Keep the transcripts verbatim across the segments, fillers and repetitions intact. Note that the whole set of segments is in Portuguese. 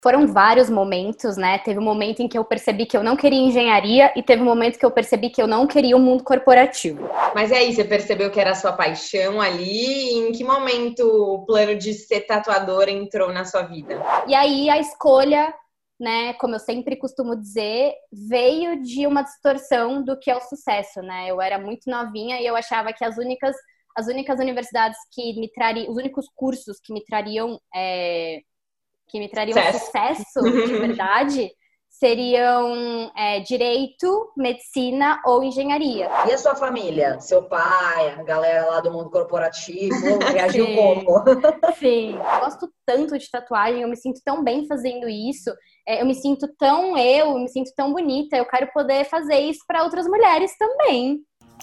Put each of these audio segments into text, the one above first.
Foram vários momentos, né? Teve um momento em que eu percebi que eu não queria engenharia e teve um momento que eu percebi que eu não queria o mundo corporativo. Mas e aí, você percebeu que era a sua paixão ali? E em que momento o plano de ser tatuadora entrou na sua vida? E aí a escolha, né, como eu sempre costumo dizer, veio de uma distorção do que é o sucesso, né? Eu era muito novinha e eu achava que as únicas, as únicas universidades que me trariam, os únicos cursos que me trariam... É, que me trariam Sucesso. sucesso de verdade, seriam é, direito, medicina ou engenharia. E a sua família? Seu pai, a galera lá do mundo corporativo, reagiu como? Sim, eu gosto tanto de tatuagem, eu me sinto tão bem fazendo isso, é, eu me sinto tão eu, eu me sinto tão bonita, eu quero poder fazer isso para outras mulheres também.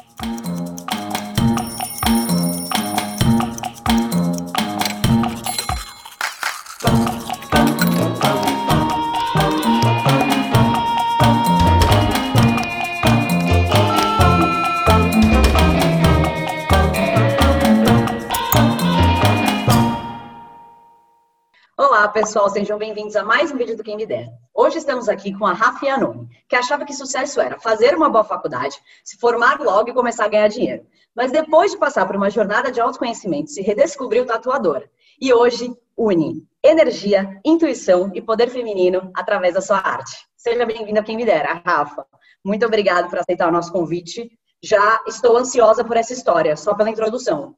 Olá, pessoal, sejam bem-vindos a mais um vídeo do Quem Me Der. Hoje estamos aqui com a Rafa Iannone, que achava que sucesso era fazer uma boa faculdade, se formar logo e começar a ganhar dinheiro. Mas depois de passar por uma jornada de autoconhecimento, se redescobriu tatuadora. E hoje une energia, intuição e poder feminino através da sua arte. Seja bem-vinda a Quem Me Der, a Rafa. Muito obrigada por aceitar o nosso convite. Já estou ansiosa por essa história, só pela introdução.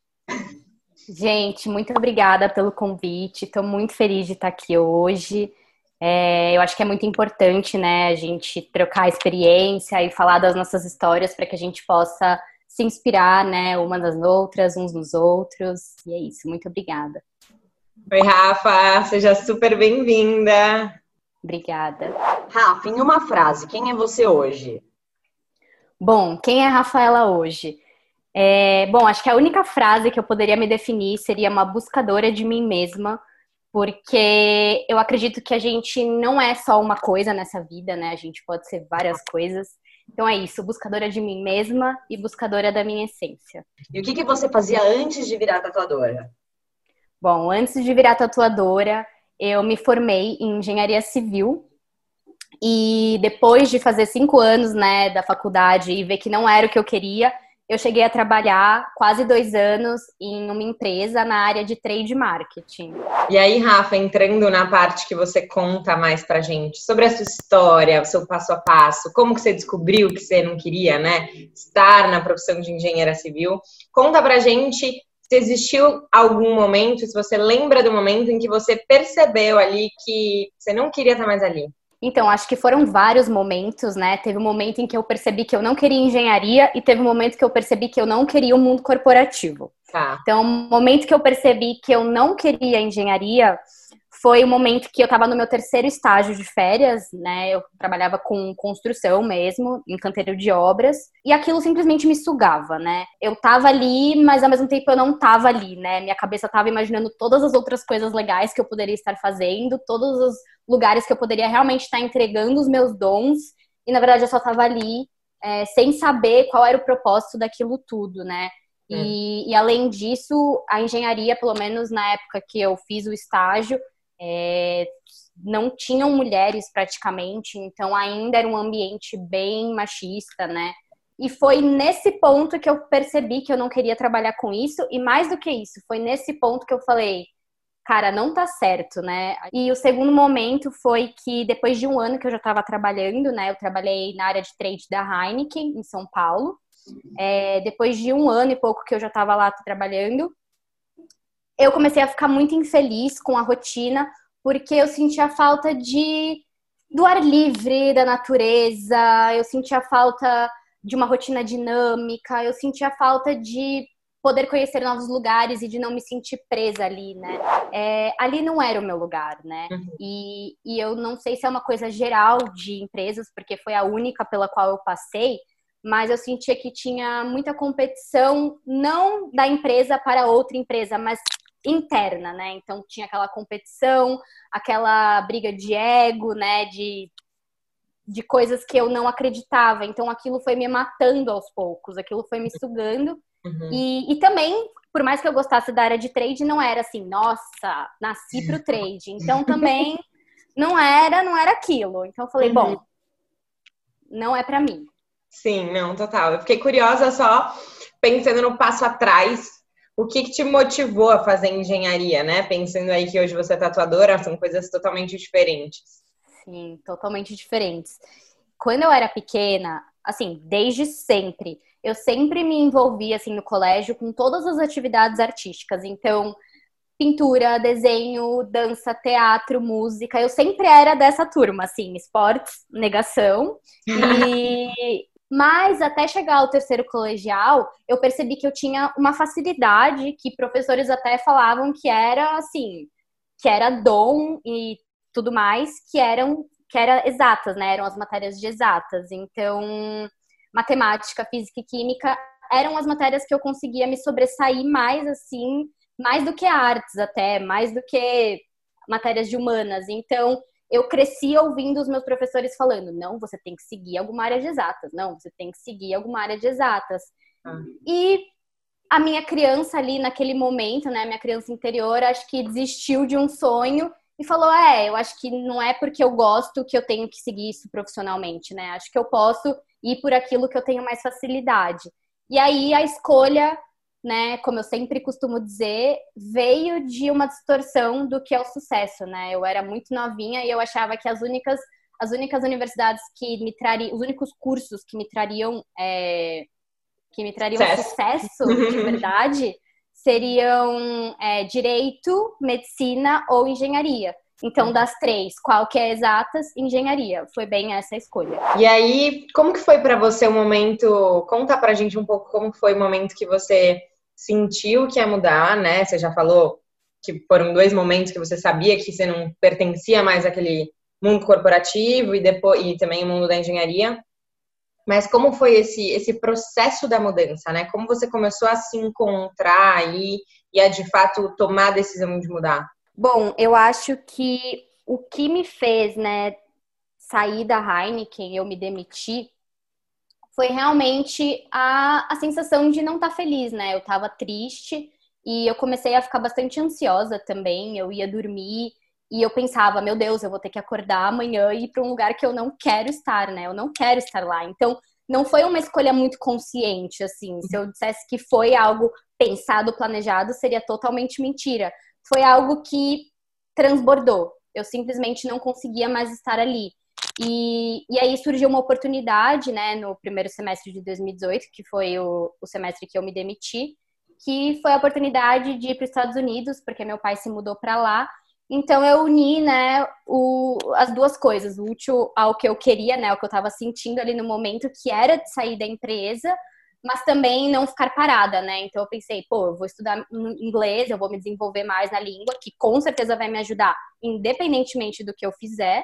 Gente, muito obrigada pelo convite. Estou muito feliz de estar aqui hoje. É, eu acho que é muito importante, né, a gente trocar experiência e falar das nossas histórias para que a gente possa se inspirar, né, umas nas outras, uns nos outros. E é isso. Muito obrigada. Oi, Rafa. Seja super bem-vinda. Obrigada. Rafa, em uma frase, quem é você hoje? Bom, quem é a Rafaela hoje? É, bom, acho que a única frase que eu poderia me definir seria uma buscadora de mim mesma, porque eu acredito que a gente não é só uma coisa nessa vida, né? A gente pode ser várias coisas. Então é isso, buscadora de mim mesma e buscadora da minha essência. E o que, que você fazia antes de virar tatuadora? Bom, antes de virar tatuadora, eu me formei em engenharia civil. E depois de fazer cinco anos, né, da faculdade e ver que não era o que eu queria, eu cheguei a trabalhar quase dois anos em uma empresa na área de trade marketing. E aí, Rafa, entrando na parte que você conta mais pra gente, sobre a sua história, o seu passo a passo, como que você descobriu que você não queria, né, estar na profissão de engenheira civil, conta pra gente se existiu algum momento, se você lembra do momento em que você percebeu ali que você não queria estar mais ali. Então, acho que foram vários momentos, né? Teve um momento em que eu percebi que eu não queria engenharia e teve um momento que eu percebi que eu não queria o mundo corporativo. Tá. Então, o momento que eu percebi que eu não queria engenharia foi o momento que eu estava no meu terceiro estágio de férias, né? Eu trabalhava com construção mesmo, em canteiro de obras, e aquilo simplesmente me sugava, né? Eu estava ali, mas ao mesmo tempo eu não estava ali, né? Minha cabeça estava imaginando todas as outras coisas legais que eu poderia estar fazendo, todos os lugares que eu poderia realmente estar entregando os meus dons, e na verdade eu só estava ali é, sem saber qual era o propósito daquilo tudo, né? E, e além disso, a engenharia, pelo menos na época que eu fiz o estágio, é, não tinham mulheres praticamente, então ainda era um ambiente bem machista, né? E foi nesse ponto que eu percebi que eu não queria trabalhar com isso, e mais do que isso, foi nesse ponto que eu falei, cara, não tá certo, né? E o segundo momento foi que depois de um ano que eu já estava trabalhando, né? Eu trabalhei na área de trade da Heineken, em São Paulo. É, depois de um ano e pouco que eu já estava lá trabalhando, eu comecei a ficar muito infeliz com a rotina, porque eu sentia falta de, do ar livre, da natureza, eu sentia falta de uma rotina dinâmica, eu sentia falta de poder conhecer novos lugares e de não me sentir presa ali, né? É, ali não era o meu lugar, né? Uhum. E, e eu não sei se é uma coisa geral de empresas, porque foi a única pela qual eu passei, mas eu sentia que tinha muita competição, não da empresa para outra empresa, mas interna, né? Então tinha aquela competição, aquela briga de ego, né? De, de coisas que eu não acreditava. Então aquilo foi me matando aos poucos, aquilo foi me sugando. Uhum. E, e também, por mais que eu gostasse da área de trade, não era assim, nossa, nasci pro trade. Então também não era, não era aquilo. Então eu falei, Uhum. bom, não é pra mim. Sim, não, total. Eu fiquei curiosa só pensando no passo atrás, o que que te motivou a fazer engenharia, né? Pensando aí que hoje você é tatuadora, são coisas totalmente diferentes. Sim, totalmente diferentes. Quando eu era pequena, assim, desde sempre, eu sempre me envolvi, assim, no colégio com todas as atividades artísticas. Então, pintura, desenho, dança, teatro, música. Eu sempre era dessa turma, assim, esportes, negação. E mas até chegar ao terceiro colegial, eu percebi que eu tinha uma facilidade que professores até falavam que era assim, que era dom e tudo mais, que eram que era exatas, né? Eram as matérias de exatas. Então, matemática, física e química eram as matérias que eu conseguia me sobressair mais assim, mais do que artes até, mais do que matérias de humanas. Então, eu cresci ouvindo os meus professores falando, não, você tem que seguir alguma área de exatas, não, você tem que seguir alguma área de exatas. Ah. E a minha criança ali naquele momento, né, minha criança interior, acho que desistiu de um sonho e falou, é, eu acho que não é porque eu gosto que eu tenho que seguir isso profissionalmente, né, acho que eu posso ir por aquilo que eu tenho mais facilidade. E aí a escolha, né, como eu sempre costumo dizer, veio de uma distorção do que é o sucesso, né? Eu era muito novinha e eu achava que as únicas, as únicas universidades que me trariam, os únicos cursos que me trariam, é, que me trariam sucesso, sucesso de verdade, seriam é, direito, medicina ou engenharia. Então, das três, qual que é exatas? Engenharia. Foi bem essa a escolha. E aí, como que foi para você o momento? Conta pra gente um pouco como foi o momento que você sentiu que ia mudar, né? Você já falou que foram dois momentos que você sabia que você não pertencia mais àquele mundo corporativo e depois e também o mundo da engenharia. Mas como foi esse esse processo da mudança, né? Como você começou a se encontrar aí e a de fato tomar a decisão de mudar? Bom, eu acho que o que me fez, né, sair da Heineken, eu me demiti, foi realmente a, a sensação de não estar feliz, né? Eu estava triste e eu comecei a ficar bastante ansiosa também. Eu ia dormir e eu pensava, meu Deus, eu vou ter que acordar amanhã e ir para um lugar que eu não quero estar, né? Eu não quero estar lá. Então, não foi uma escolha muito consciente, assim. Se eu dissesse que foi algo pensado, planejado, seria totalmente mentira. Foi algo que transbordou. Eu simplesmente não conseguia mais estar ali. E, e aí surgiu uma oportunidade, né, no primeiro semestre de dois mil e dezoito, que foi o, o semestre que eu me demiti, que foi a oportunidade de ir para os Estados Unidos, porque meu pai se mudou para lá. Então eu uni, né, o, as duas coisas, o útil ao que eu queria, né, o que eu estava sentindo ali no momento, que era de sair da empresa, mas também não ficar parada, né? Então eu pensei, pô, eu vou estudar inglês, eu vou me desenvolver mais na língua, que com certeza vai me ajudar, independentemente do que eu fizer.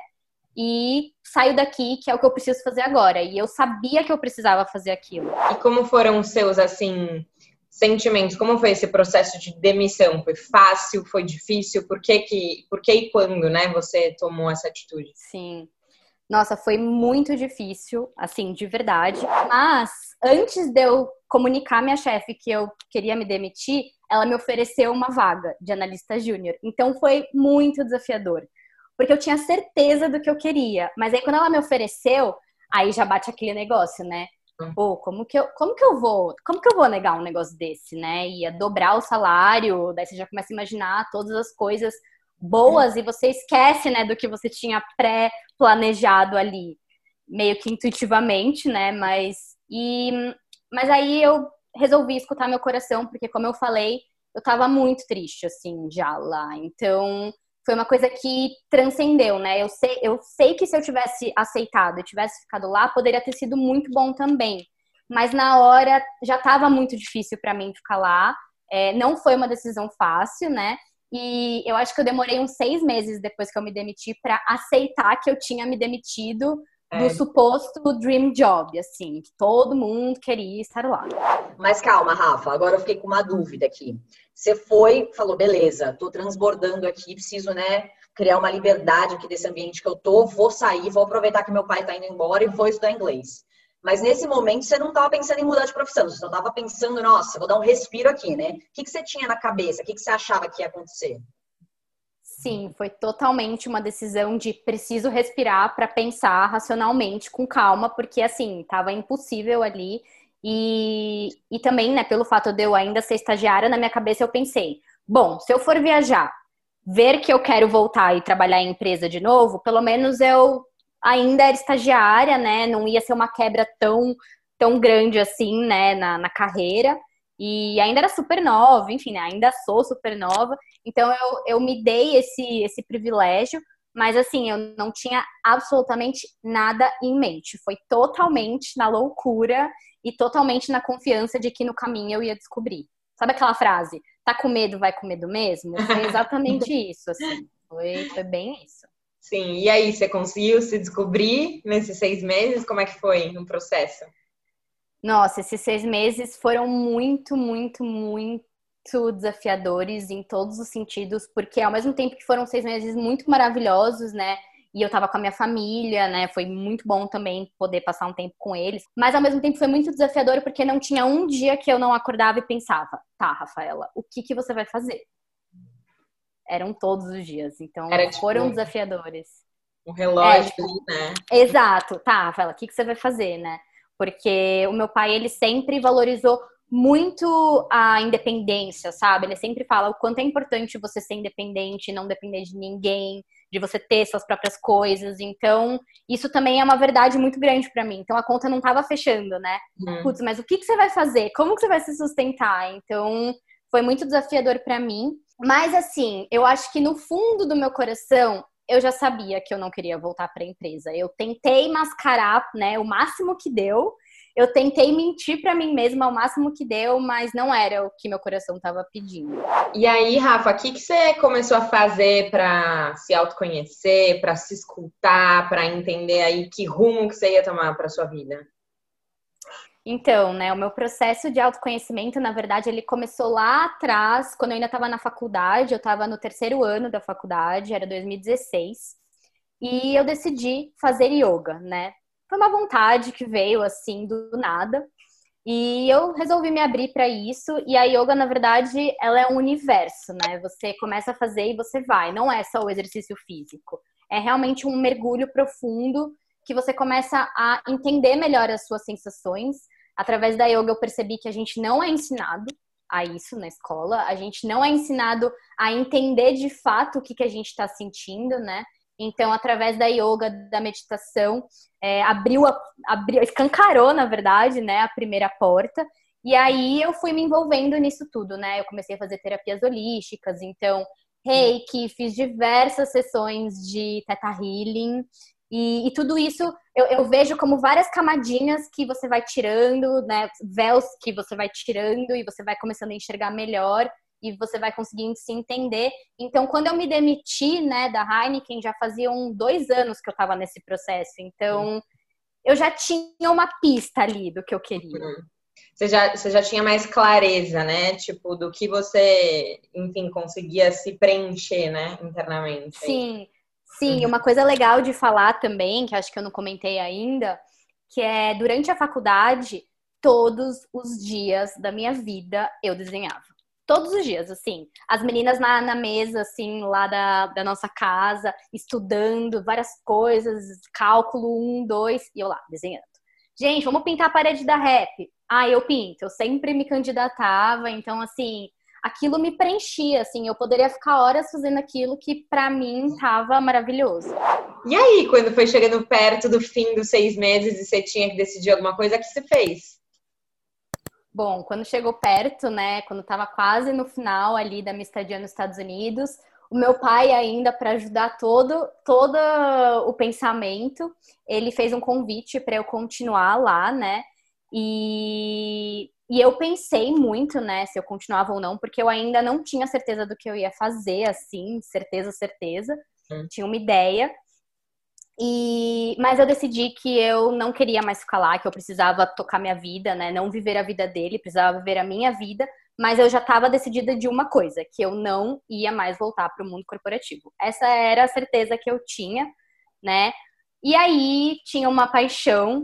E saio daqui, que é o que eu preciso fazer agora. E eu sabia que eu precisava fazer aquilo. E como foram os seus, assim, sentimentos? Como foi esse processo de demissão? Foi fácil? Foi difícil? Por que que, por que e quando, né, você tomou essa atitude? Sim. Nossa, foi muito difícil, assim, de verdade. Mas, antes de eu comunicar à minha chefe que eu queria me demitir, ela me ofereceu uma vaga de analista júnior. Então, foi muito desafiador. Porque eu tinha certeza do que eu queria. Mas aí, quando ela me ofereceu, aí já bate aquele negócio, né? Pô, como que eu, como que eu vou, como que eu vou negar um negócio desse, né? Ia dobrar o salário, daí você já começa a imaginar todas as coisas boas e você esquece, né, do que você tinha pré-planejado ali, meio que intuitivamente, né? Mas, e, mas aí eu resolvi escutar meu coração, porque como eu falei, eu tava muito triste, assim, já lá. Então, foi uma coisa que transcendeu, né? Eu sei, eu sei que se eu tivesse aceitado e tivesse ficado lá, poderia ter sido muito bom também. Mas na hora já estava muito difícil para mim ficar lá. É, não foi uma decisão fácil, né? E eu acho que eu demorei uns seis meses depois que eu me demiti para aceitar que eu tinha me demitido do é. suposto dream job, assim, que todo mundo queria estar lá. Mas calma, Rafa, agora eu fiquei com uma dúvida aqui. Você foi, falou, beleza, tô transbordando aqui, preciso, né, criar uma liberdade aqui desse ambiente que eu tô, vou sair, vou aproveitar que meu pai tá indo embora e vou estudar inglês. Mas nesse momento você não tava pensando em mudar de profissão, você só tava pensando, nossa, vou dar um respiro aqui, né? O que, que você tinha na cabeça? O que, que você achava que ia acontecer? Sim, foi totalmente uma decisão de preciso respirar para pensar racionalmente, com calma, porque assim, tava impossível ali. E, e também, né, pelo fato de eu ainda ser estagiária, na minha cabeça eu pensei, bom, se eu for viajar, ver que eu quero voltar e trabalhar em empresa de novo, pelo menos eu ainda era estagiária, né, não ia ser uma quebra tão, tão grande assim, né, na, na carreira. E ainda era super nova, enfim, né, ainda sou super nova. Então eu, eu me dei esse, esse privilégio, mas assim, eu não tinha absolutamente nada em mente. Foi totalmente na loucura e totalmente na confiança de que no caminho eu ia descobrir. Sabe aquela frase? Tá com medo, vai com medo mesmo? Foi exatamente isso, assim. Foi, foi bem isso. Sim, e aí, você conseguiu se descobrir nesses seis meses? Como é que foi o processo? Nossa, esses seis meses foram muito, muito, muito desafiadores em todos os sentidos, porque ao mesmo tempo que foram seis meses muito maravilhosos, né? E eu tava com a minha família, né? Foi muito bom também poder passar um tempo com eles. Mas ao mesmo tempo foi muito desafiador porque não tinha um dia que eu não acordava e pensava, tá, Rafaela, o que que você vai fazer? Eram todos os dias, então Era tipo foram desafiadores. um É, relógio, tipo, né? exato, tá, Rafaela, o que que você vai fazer, né? Porque o meu pai, ele sempre valorizou muito a independência, sabe? Ele sempre fala o quanto é importante você ser independente, não depender de ninguém, de você ter suas próprias coisas. Então, isso também é uma verdade muito grande pra mim. Então, a conta não tava fechando, né? Hum. Putz, mas o que que você vai fazer? Como que você vai se sustentar? Então, foi muito desafiador pra mim. Mas, assim, eu acho que no fundo do meu coração, eu já sabia que eu não queria voltar para a empresa. Eu tentei mascarar, né, o máximo que deu. Eu tentei mentir para mim mesma o máximo que deu, mas não era o que meu coração estava pedindo. E aí, Rafa, o que que você começou a fazer para se autoconhecer, para se escutar, para entender aí que rumo que você ia tomar para sua vida? Então, né, o meu processo de autoconhecimento, na verdade, ele começou lá atrás, quando eu ainda estava na faculdade, eu estava no terceiro ano da faculdade, era dois mil e dezesseis, e eu decidi fazer yoga, né? Foi uma vontade que veio assim do nada, e eu resolvi me abrir para isso, e a yoga, na verdade, ela é um universo, né? Você começa a fazer e você vai, não é só o exercício físico, é realmente um mergulho profundo que você começa a entender melhor as suas sensações. Através da yoga eu percebi que a gente não é ensinado a isso na escola, a gente não é ensinado a entender de fato o que, que a gente está sentindo, né? Então, através da yoga, da meditação, é, abriu, a, abriu, escancarou, na verdade, né, a primeira porta. E aí eu fui me envolvendo nisso tudo, né? Eu comecei a fazer terapias holísticas, então, reiki, fiz diversas sessões de Theta Healing. E, e tudo isso eu, eu vejo como várias camadinhas que você vai tirando, né? Véus que você vai tirando e você vai começando a enxergar melhor e você vai conseguindo se entender. Então, quando eu me demiti, né, da Heineken, já faziam dois anos que eu estava nesse processo. Então, eu já tinha uma pista ali do que eu queria. Você já, você já tinha mais clareza, né? Tipo, do que você, enfim, conseguia se preencher, né, internamente. Sim, sim. Uma coisa legal de falar também, que acho que eu não comentei ainda, que é durante a faculdade, todos os dias da minha vida eu desenhava. Todos os dias, assim. As meninas na, na mesa, assim, lá da, da nossa casa, estudando várias coisas, cálculo um, dois, e eu lá, desenhando. Gente, vamos pintar a parede da rap. Ah, eu pinto. Eu sempre me candidatava, então, assim, aquilo me preenchia, assim. Eu poderia ficar horas fazendo aquilo que, pra mim, tava maravilhoso. E aí, quando foi chegando perto do fim dos seis meses e você tinha que decidir alguma coisa, o que você fez? Bom, quando chegou perto, né, quando estava quase no final ali da minha estadia nos Estados Unidos, o meu pai ainda para ajudar todo todo o pensamento, ele fez um convite para eu continuar lá, né? E, e eu pensei muito, né, se eu continuava ou não, porque eu ainda não tinha certeza do que eu ia fazer, assim, certeza, certeza. Hum. Tinha uma ideia. E, mas eu decidi que eu não queria mais ficar lá, que eu precisava tocar minha vida, né? Não viver a vida dele, precisava viver a minha vida. Mas eu já estava decidida de uma coisa, que eu não ia mais voltar para o mundo corporativo. Essa era a certeza que eu tinha, né? E aí tinha uma paixão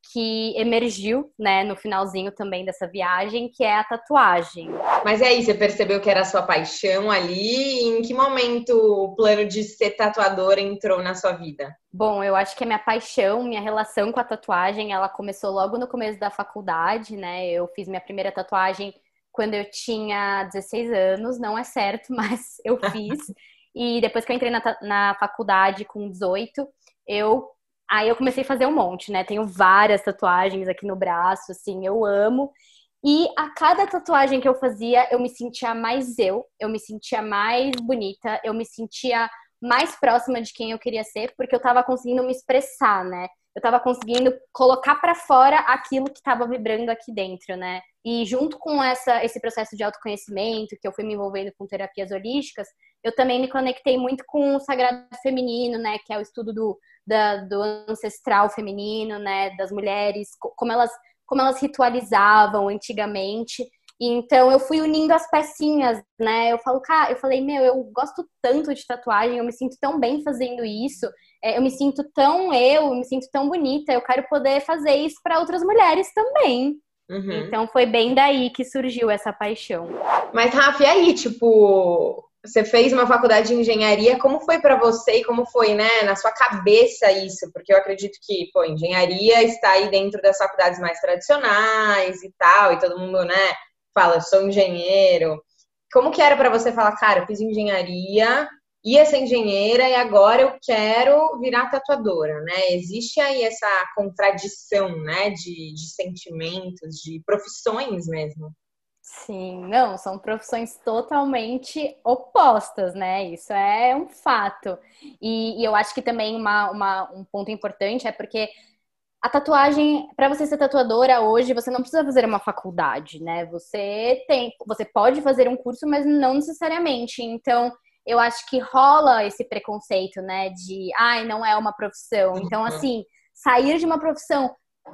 que emergiu, né, no finalzinho também dessa viagem, que é a tatuagem. Mas aí, você percebeu que era a sua paixão ali? E em que momento o plano de ser tatuadora entrou na sua vida? Bom, eu acho que a minha paixão, minha relação com a tatuagem, ela começou logo no começo da faculdade, né? Eu fiz minha primeira tatuagem quando eu tinha dezesseis anos, não é certo, mas eu fiz. E depois que eu entrei na, na faculdade com dezoito, eu aí eu comecei a fazer um monte, né? Tenho várias tatuagens aqui no braço, assim, eu amo. E a cada tatuagem que eu fazia, eu me sentia mais eu, eu me sentia mais bonita, eu me sentia mais próxima de quem eu queria ser, porque eu tava conseguindo me expressar, né? Eu tava conseguindo colocar pra fora aquilo que tava vibrando aqui dentro, né? E junto com essa, esse processo de autoconhecimento, que eu fui me envolvendo com terapias holísticas, eu também me conectei muito com o sagrado feminino, né? Que é o estudo do, da, do ancestral feminino, né? Das mulheres, como elas, como elas ritualizavam antigamente. E então eu fui unindo as pecinhas, né? Eu falo, cara, eu falei, meu, eu gosto tanto de tatuagem, eu me sinto tão bem fazendo isso, eu me sinto tão eu, eu me sinto tão bonita, eu quero poder fazer isso para outras mulheres também. Uhum. Então foi bem daí que surgiu essa paixão. Mas, Rafa, e aí, tipo, você fez uma faculdade de engenharia, como foi para você e como foi, né, na sua cabeça isso? Porque eu acredito que, pô, engenharia está aí dentro das faculdades mais tradicionais e tal, e todo mundo, né, fala, eu sou engenheiro. Como que era para você falar, cara, eu fiz engenharia, ia ser engenheira e agora eu quero virar tatuadora, né? Existe aí essa contradição, né, de, de sentimentos, de profissões mesmo. Sim, não, são profissões totalmente opostas, né? Isso é um fato. E, e eu acho que também uma, uma, um ponto importante é porque a tatuagem, para você ser tatuadora hoje, você não precisa fazer uma faculdade, né? Você tem, você pode fazer um curso, mas não necessariamente. Então, eu acho que rola esse preconceito, né? De, ai, não é uma profissão. Então, assim, sair de uma profissão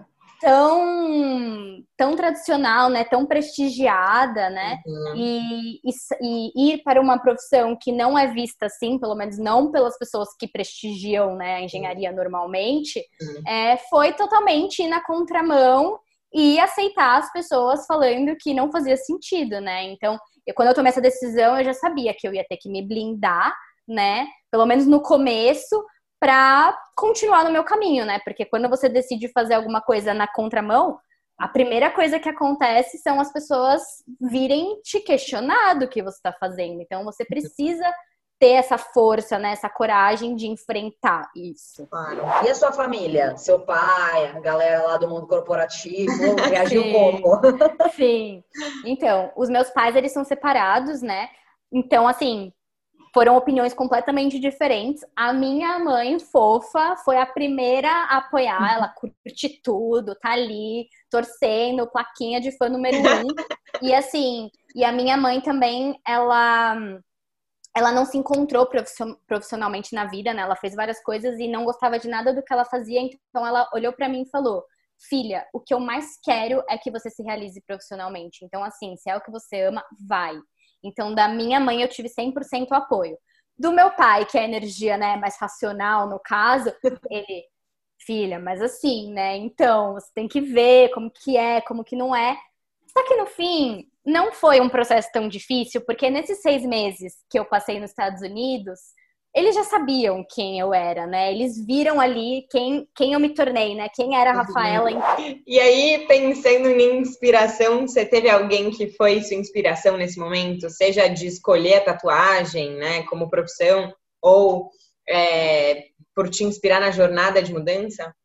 tão, tão tradicional, né? Tão prestigiada, né? Uhum. E, e, e ir para uma profissão que não é vista assim, pelo menos não pelas pessoas que prestigiam, né, a engenharia normalmente, uhum. é, foi totalmente ir na contramão e aceitar as pessoas falando que não fazia sentido, né? Então, eu, quando eu tomei essa decisão, eu já sabia que eu ia ter que me blindar, né? Pelo menos no começo, para continuar no meu caminho, né? Porque quando você decide fazer alguma coisa na contramão, a primeira coisa que acontece são as pessoas virem te questionar do que você está fazendo. Então, você precisa ter essa força, né? Essa coragem de enfrentar isso. Claro. E a sua família? Seu pai, a galera lá do mundo corporativo, reagiu como? Sim. Então, os meus pais, eles são separados, né? Então, assim, foram opiniões completamente diferentes. A minha mãe, fofa, foi a primeira a apoiar. Ela curte tudo, tá ali, torcendo, plaquinha de fã número um. E assim, e a minha mãe também, ela, ela não se encontrou profissionalmente na vida, né? Ela fez várias coisas e não gostava de nada do que ela fazia. Então ela olhou pra mim e falou, filha, o que eu mais quero é que você se realize profissionalmente. Então assim, se é o que você ama, vai. Então, da minha mãe, eu tive cem por cento apoio. Do meu pai, que é a energia, né, mais racional, no caso, ele, filha, mas assim, né, então, você tem que ver como que é, como que não é. Só que, no fim, não foi um processo tão difícil, porque nesses seis meses que eu passei nos Estados Unidos, eles já sabiam quem eu era, né? Eles viram ali quem, quem eu me tornei, né? Quem era a Rafaela. E aí, pensando em inspiração, você teve alguém que foi sua inspiração nesse momento? Seja de escolher a tatuagem, né? Como profissão, ou é, por te inspirar na jornada de mudança?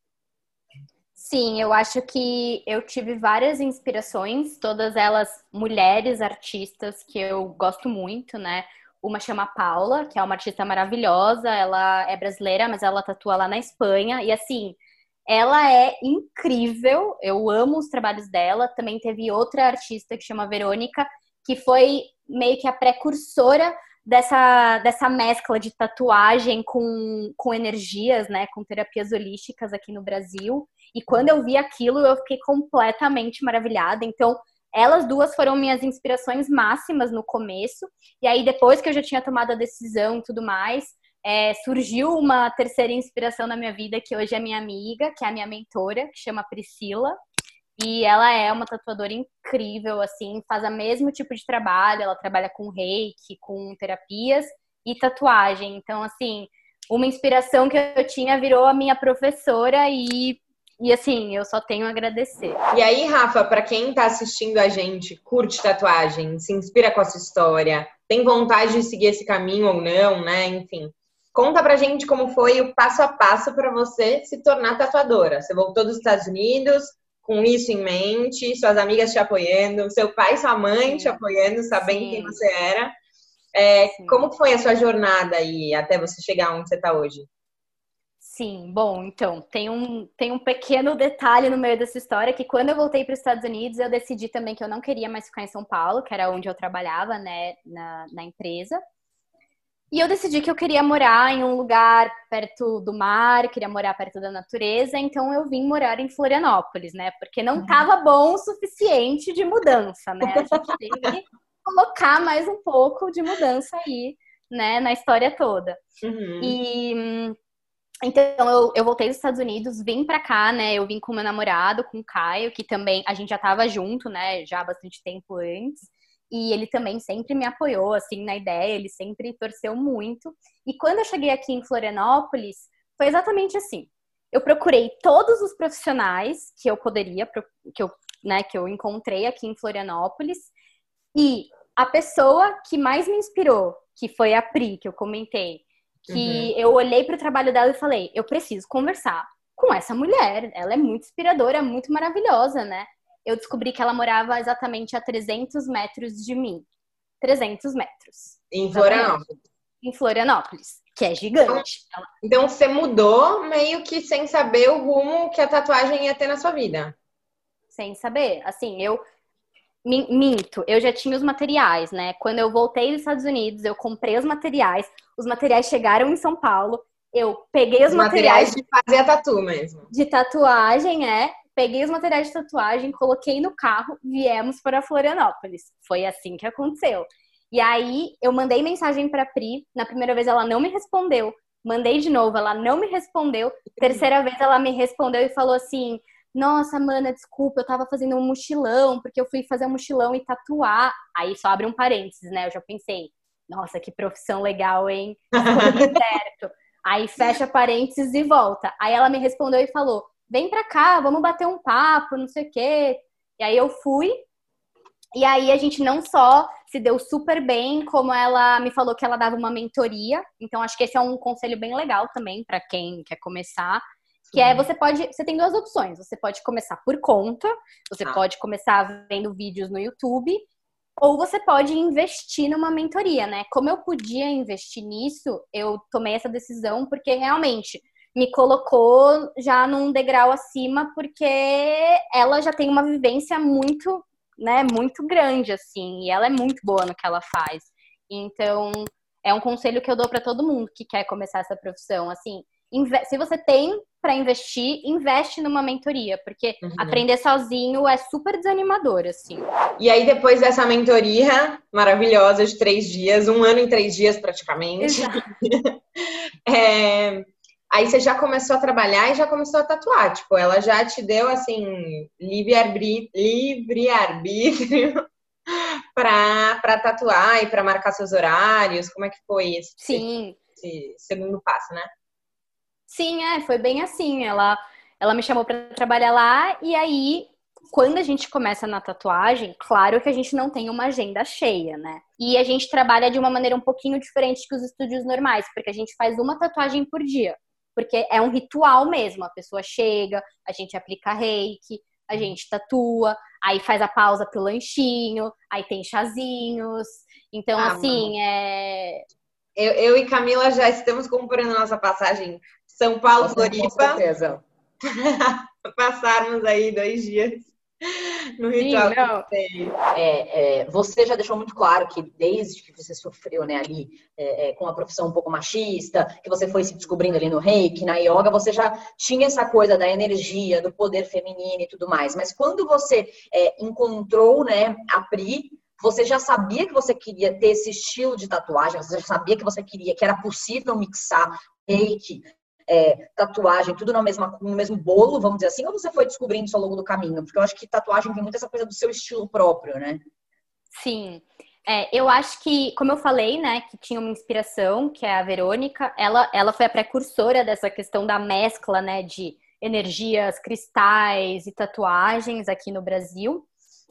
Sim, eu acho que eu tive várias inspirações, todas elas mulheres artistas que eu gosto muito, né? Uma chama Paula, que é uma artista maravilhosa, ela é brasileira, mas ela tatua lá na Espanha, e assim, ela é incrível, eu amo os trabalhos dela. Também teve outra artista que chama Verônica, que foi meio que a precursora dessa, dessa mescla de tatuagem com, com energias, né, com terapias holísticas aqui no Brasil, e quando eu vi aquilo, eu fiquei completamente maravilhada. Então, elas duas foram minhas inspirações máximas no começo. E aí, depois que eu já tinha tomado a decisão e tudo mais, é, surgiu uma terceira inspiração na minha vida, que hoje é minha amiga, que é a minha mentora, que chama Priscila. E ela é uma tatuadora incrível, assim, faz o mesmo tipo de trabalho. Ela trabalha com reiki, com terapias e tatuagem. Então, assim, uma inspiração que eu tinha virou a minha professora e, e assim, eu só tenho a agradecer. E aí, Rafa, para quem tá assistindo a gente, curte tatuagem, se inspira com a sua história, tem vontade de seguir esse caminho ou não, né? Enfim, conta pra gente como foi o passo a passo para você se tornar tatuadora. Você voltou dos Estados Unidos com isso em mente, suas amigas te apoiando, seu pai e sua mãe Sim. te apoiando, sabendo Sim. quem você era. É, como foi a sua jornada aí até você chegar onde você está hoje? Sim, bom, então, tem um, tem um pequeno detalhe no meio dessa história, que quando eu voltei para os Estados Unidos, eu decidi também que eu não queria mais ficar em São Paulo, que era onde eu trabalhava, né, na, na empresa. E eu decidi que eu queria morar em um lugar perto do mar, queria morar perto da natureza, então eu vim morar em Florianópolis, né? Porque não estava bom o suficiente de mudança, né? A gente teve que colocar mais um pouco de mudança aí, né, na história toda. Uhum. E então eu, eu voltei dos Estados Unidos, vim pra cá, né? Eu vim com meu namorado, com o Caio, que também a gente já tava junto, né? Já há bastante tempo antes. E ele também sempre me apoiou, assim, na ideia, ele sempre torceu muito. E quando eu cheguei aqui em Florianópolis, foi exatamente assim. Eu procurei todos os profissionais que eu poderia, que eu, né, que eu encontrei aqui em Florianópolis. E a pessoa que mais me inspirou, que foi a Pri, que eu comentei, que uhum. eu olhei para o trabalho dela e falei, eu preciso conversar com essa mulher. Ela é muito inspiradora, muito maravilhosa, né? Eu descobri que ela morava exatamente a trezentos metros de mim. trezentos metros. Em Florianópolis. Em Florianópolis, que é gigante. Então, então você mudou meio que sem saber o rumo que a tatuagem ia ter na sua vida. Sem saber. Assim, eu minto. Eu já tinha os materiais, né? Quando eu voltei dos Estados Unidos, eu comprei os materiais. Os materiais chegaram em São Paulo. Eu peguei os, os materiais... materiais de fazer a tatu mesmo. De tatuagem, é. Peguei os materiais de tatuagem, coloquei no carro, viemos para Florianópolis. Foi assim que aconteceu. E aí, eu mandei mensagem para a Pri. Na primeira vez, ela não me respondeu. Mandei de novo, ela não me respondeu. Terceira vez, ela me respondeu e falou assim... Nossa, mana, desculpa, eu tava fazendo um mochilão, porque eu fui fazer um mochilão e tatuar. Aí só abre um parênteses, né? Eu já pensei, nossa, que profissão legal, hein? Ficou certo. Aí fecha parênteses e volta. Aí ela me respondeu e falou, vem pra cá, vamos bater um papo, não sei o quê. E aí eu fui. E aí a gente não só se deu super bem, como ela me falou que ela dava uma mentoria. Então acho que esse é um conselho bem legal também pra quem quer começar. Que é, você pode, você tem duas opções. Você pode começar por conta, você ah. pode começar vendo vídeos no YouTube, ou você pode investir numa mentoria, né? Como eu podia investir nisso, eu tomei essa decisão porque realmente me colocou já num degrau acima, porque ela já tem uma vivência muito, né, muito grande, assim, e ela é muito boa no que ela faz. Então, é um conselho que eu dou para todo mundo que quer começar essa profissão, assim, se você tem para investir, investe numa mentoria, porque uhum. aprender sozinho é super desanimador, assim. E aí, depois dessa mentoria maravilhosa de três dias, um ano em três dias praticamente, é, aí você já começou a trabalhar e já começou a tatuar, tipo, ela já te deu, assim, livre-arbítrio, livre-arbítrio para tatuar e para marcar seus horários, como é que foi esse, Sim. esse segundo passo, né? Sim, é, foi bem assim. Ela, ela me chamou para trabalhar lá e aí, quando a gente começa na tatuagem, claro que a gente não tem uma agenda cheia, né? E a gente trabalha de uma maneira um pouquinho diferente que os estúdios normais, porque a gente faz uma tatuagem por dia. Porque é um ritual mesmo. A pessoa chega, a gente aplica reiki, a gente tatua, aí faz a pausa pro lanchinho, aí tem chazinhos. Então, ah, assim, mano. é... Eu, eu e Camila já estamos comprando nossa passagem São Paulo, Nossa, Floripa. Com certeza. Passarmos aí dois dias no ritual. Sim, é, é, você já deixou muito claro que desde que você sofreu, né, ali é, é, com a profissão um pouco machista, que você foi se descobrindo ali no reiki, na yoga, você já tinha essa coisa da energia, do poder feminino e tudo mais. Mas quando você é, encontrou, né, a Pri, Você já sabia que você queria ter esse estilo de tatuagem? Você já sabia que você queria, que era possível mixar reiki, é, tatuagem, tudo no mesmo, no mesmo bolo, vamos dizer assim? Ou você foi descobrindo isso ao longo do caminho? Porque eu acho que tatuagem tem muito essa coisa do seu estilo próprio, né? Sim. É, eu acho que, como eu falei, né, que tinha uma inspiração, que é a Verônica, ela, ela foi a precursora dessa questão da mescla, né, de energias, cristais e tatuagens aqui no Brasil.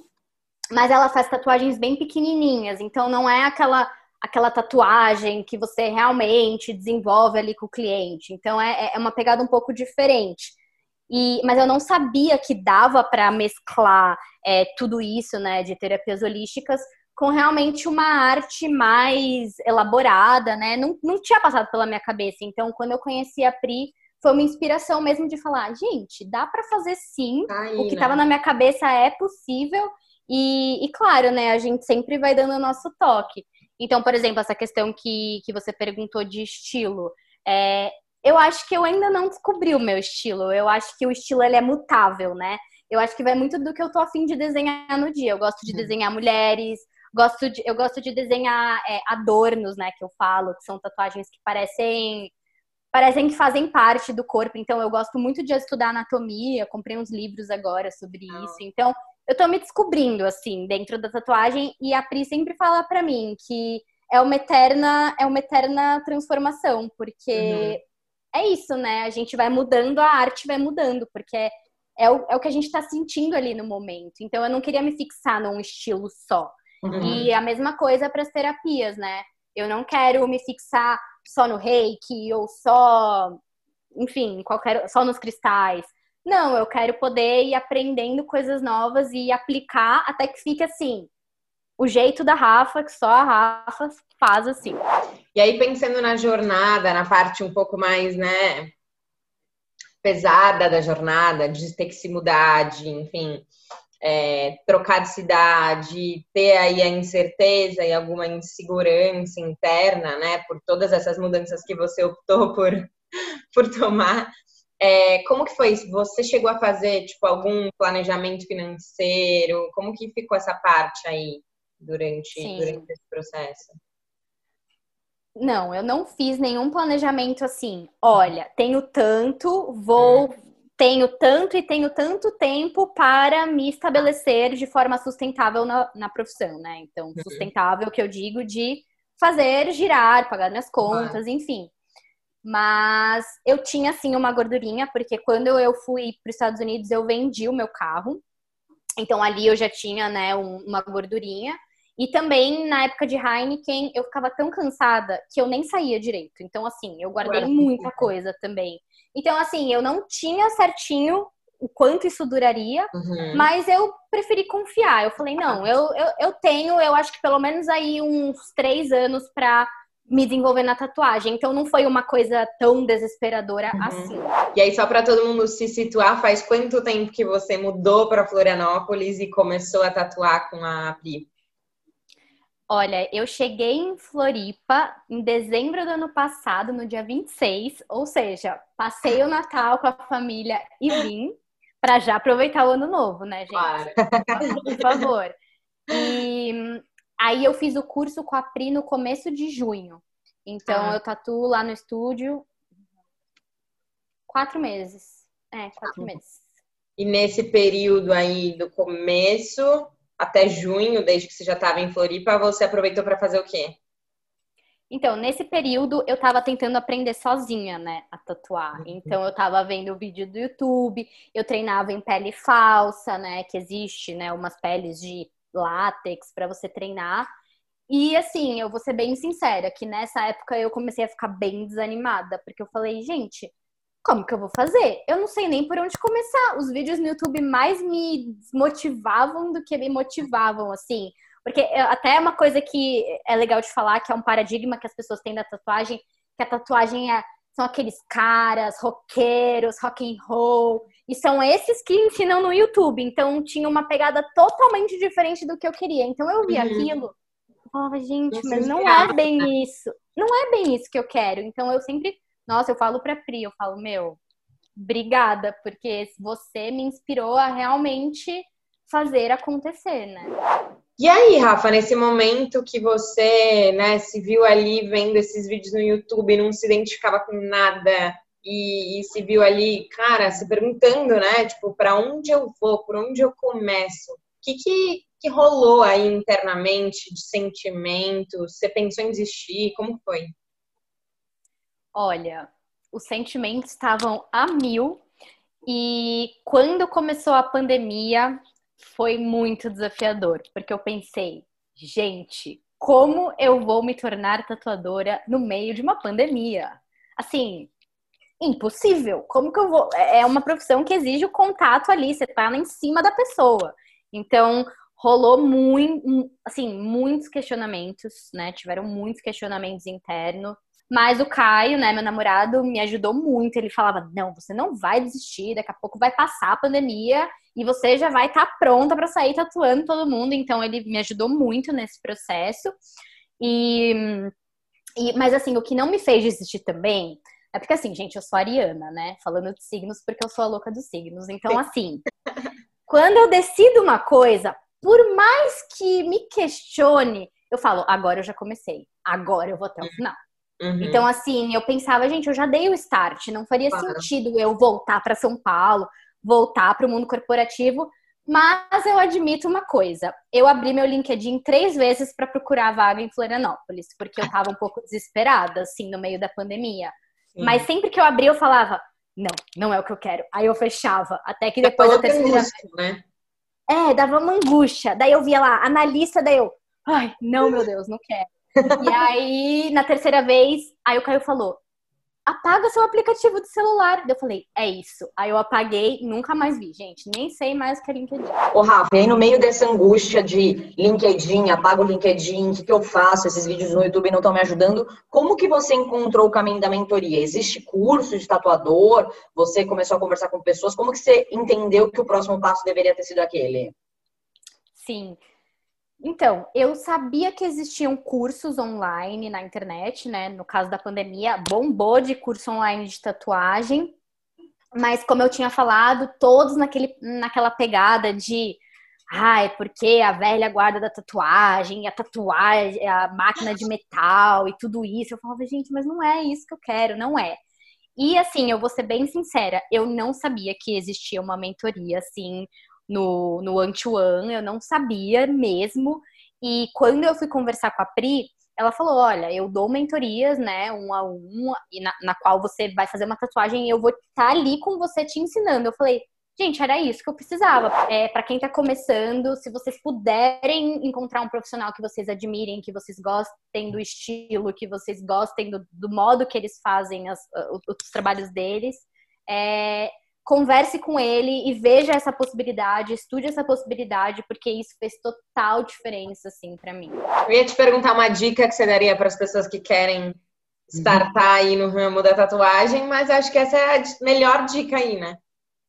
Mas ela faz tatuagens bem pequenininhas, então não é aquela, aquela tatuagem que você realmente desenvolve ali com o cliente. Então é, é uma pegada um pouco diferente. E, mas eu não sabia que dava para mesclar é, tudo isso, né, de terapias holísticas com realmente uma arte mais elaborada, né? Não, não tinha passado pela minha cabeça. Então, quando eu conheci a Pri, foi uma inspiração mesmo de falar, gente, dá para fazer sim. Aí, o que né? estava na minha cabeça é possível. E, e, claro, né, a gente sempre vai dando o nosso toque. Então, por exemplo, essa questão que, que você perguntou de estilo, é, eu acho que eu ainda não descobri o meu estilo. Eu acho que o estilo, ele é mutável, né? Eu acho que vai muito do que eu tô afim de desenhar no dia. Eu gosto de desenhar mulheres, gosto de, eu gosto de desenhar é, adornos, né, que eu falo, que são tatuagens que parecem... parecem que fazem parte do corpo. Então, eu gosto muito de estudar anatomia. Comprei uns livros agora sobre isso. Então, eu tô me descobrindo, assim, dentro da tatuagem. E a Pri sempre fala pra mim que é uma eterna, é uma eterna transformação. Porque Uhum. é isso, né? A gente vai mudando, a arte vai mudando. Porque é, é, o, é o que a gente tá sentindo ali no momento. Então, eu não queria me fixar num estilo só. Uhum. E a mesma coisa para as terapias, né? Eu não quero me fixar só no reiki ou só, enfim, qualquer, só nos cristais. Não, eu quero poder ir aprendendo coisas novas e aplicar até que fique assim, o jeito da Rafa, que só a Rafa faz assim. E aí, pensando na jornada, na parte um pouco mais, né, pesada da jornada, de ter que se mudar, de, enfim, é, trocar de cidade, ter aí a incerteza e alguma insegurança interna, né, por todas essas mudanças que você optou por, por tomar. É, como que foi isso? Você chegou a fazer, tipo, algum planejamento financeiro? Como que ficou essa parte aí durante, durante Sim. esse processo? Não, eu não fiz nenhum planejamento assim. Olha, tenho tanto, vou, tenho tanto e tenho tanto tempo para me estabelecer de forma sustentável na, na profissão, né? Então, sustentável que eu digo de fazer girar, pagar minhas contas, enfim. Mas eu tinha, assim, uma gordurinha, porque quando eu fui para os Estados Unidos, eu vendi o meu carro. Então, ali eu já tinha, né, um, uma gordurinha. E também, na época de Heineken, eu ficava tão cansada que eu nem saía direito. Então, assim, eu guardei muita coisa também. Então, assim, eu não tinha certinho o quanto isso duraria, Uhum. mas eu preferi confiar. Eu falei, não, eu, eu, eu tenho, eu acho que pelo menos aí uns três anos pra me desenvolver na tatuagem. Então, não foi uma coisa tão desesperadora Uhum. assim. E aí, só para todo mundo se situar, faz quanto tempo que você mudou para Florianópolis e começou a tatuar com a Pri? Olha, eu cheguei em Floripa em dezembro do ano passado, no dia vinte e seis, ou seja, passei o Natal com a família e vim para já aproveitar o ano novo, né, gente? Claro. Por favor. E aí eu fiz o curso com a Pri no começo de junho. Então Ah. eu tatuo lá no estúdio quatro meses. É, quatro meses. E nesse período aí do começo até junho, desde que você já estava em Floripa, você aproveitou para fazer o quê? Então, nesse período, eu tava tentando aprender sozinha, né, a tatuar. Então, eu tava vendo o vídeo do YouTube, eu treinava em pele falsa, né, que existe, né, umas peles de látex para você treinar. E, assim, eu vou ser bem sincera, que nessa época eu comecei a ficar bem desanimada, porque eu falei, gente, como que eu vou fazer? Eu não sei nem por onde começar. Os vídeos no YouTube mais me desmotivavam do que me motivavam, assim. Porque até é uma coisa que é legal de falar, que é um paradigma que as pessoas têm da tatuagem, que a tatuagem é, são aqueles caras roqueiros, rock and roll, e são esses que ensinam no YouTube. Então tinha uma pegada totalmente diferente do que eu queria. Então eu via Uhum. aquilo, eu falava, gente, Não se mas não inspirava, é bem isso. Não é bem isso que eu quero. Então eu sempre, nossa, eu falo pra Pri, eu falo, meu, obrigada, porque você me inspirou a realmente fazer acontecer, né? E aí, Rafa, nesse momento que você, né, se viu ali vendo esses vídeos no YouTube, não se identificava com nada e, e se viu ali, cara, se perguntando, né, tipo, para onde eu vou, por onde eu começo? O que, que, que rolou aí internamente de sentimentos? Você pensou em desistir? Como foi? Olha, os sentimentos estavam a mil e quando começou a pandemia foi muito desafiador, porque eu pensei, gente, como eu vou me tornar tatuadora no meio de uma pandemia? Assim, impossível. Como que eu vou? É uma profissão que exige o contato ali, você tá em cima da pessoa. Então, rolou muito, assim, muitos questionamentos, né? Tiveram muitos questionamentos internos. Mas o Caio, né, meu namorado, me ajudou muito. Ele falava, não, você não vai desistir, daqui a pouco vai passar a pandemia e você já vai estar pronta para sair tatuando todo mundo. Então, ele me ajudou muito nesse processo. E, e, mas, assim, o que não me fez desistir também é porque, assim, gente, eu sou ariana, né? Falando de signos, porque eu sou a louca dos signos. Então, assim, quando eu decido uma coisa, por mais que me questione, eu falo, agora eu já comecei. Agora eu vou até o final. Uhum. Então, assim, eu pensava, gente, eu já dei o start, não faria Claro. sentido eu voltar para São Paulo, voltar para o mundo corporativo, mas eu admito uma coisa, eu abri meu LinkedIn três vezes para procurar vaga em Florianópolis, porque eu estava um pouco desesperada, assim, no meio da pandemia. Sim. Mas sempre que eu abri, eu falava, não, não é o que eu quero. Aí eu fechava, até que depois da terceira vez... né? É, dava uma angústia. Daí eu via lá, analista, daí eu, ai, não, meu Deus, não quero. E aí, na terceira vez, aí o Caio falou, apaga seu aplicativo de celular. Eu falei, é isso. Aí eu apaguei e nunca mais vi, gente. Nem sei mais o que é LinkedIn. Ô, Rafa, e aí no meio dessa angústia de LinkedIn, apaga o LinkedIn, o que, que eu faço? Esses vídeos no YouTube não estão me ajudando. Como que você encontrou o caminho da mentoria? Existe curso de tatuador? Você começou a conversar com pessoas? Como que você entendeu que o próximo passo deveria ter sido aquele? Sim. Então, eu sabia que existiam cursos online na internet, né? No caso da pandemia, bombou de curso online de tatuagem. Mas, como eu tinha falado, todos naquele, naquela pegada de... Ai, porque a velha guarda da tatuagem, a tatuagem, a máquina de metal e tudo isso. Eu falava, gente, mas não é isso que eu quero, não é. E, assim, eu vou ser bem sincera, eu não sabia que existia uma mentoria, assim... no, no one-to-one, eu não sabia mesmo. E quando eu fui conversar com a Pri, ela falou, olha, eu dou mentorias, né, um a um, e na, na qual você vai fazer uma tatuagem e eu vou estar ali com você te ensinando. Eu falei, gente, era isso que eu precisava. É, para quem tá começando, se vocês puderem encontrar um profissional que vocês admirem, que vocês gostem do estilo, que vocês gostem do, do modo que eles fazem as, os, os trabalhos deles, é... converse com ele e veja essa possibilidade, estude essa possibilidade, porque isso fez total diferença, assim, pra mim. Eu ia te perguntar uma dica que você daria para as pessoas que querem startar aí no ramo da tatuagem, mas acho que essa é a melhor dica aí, né?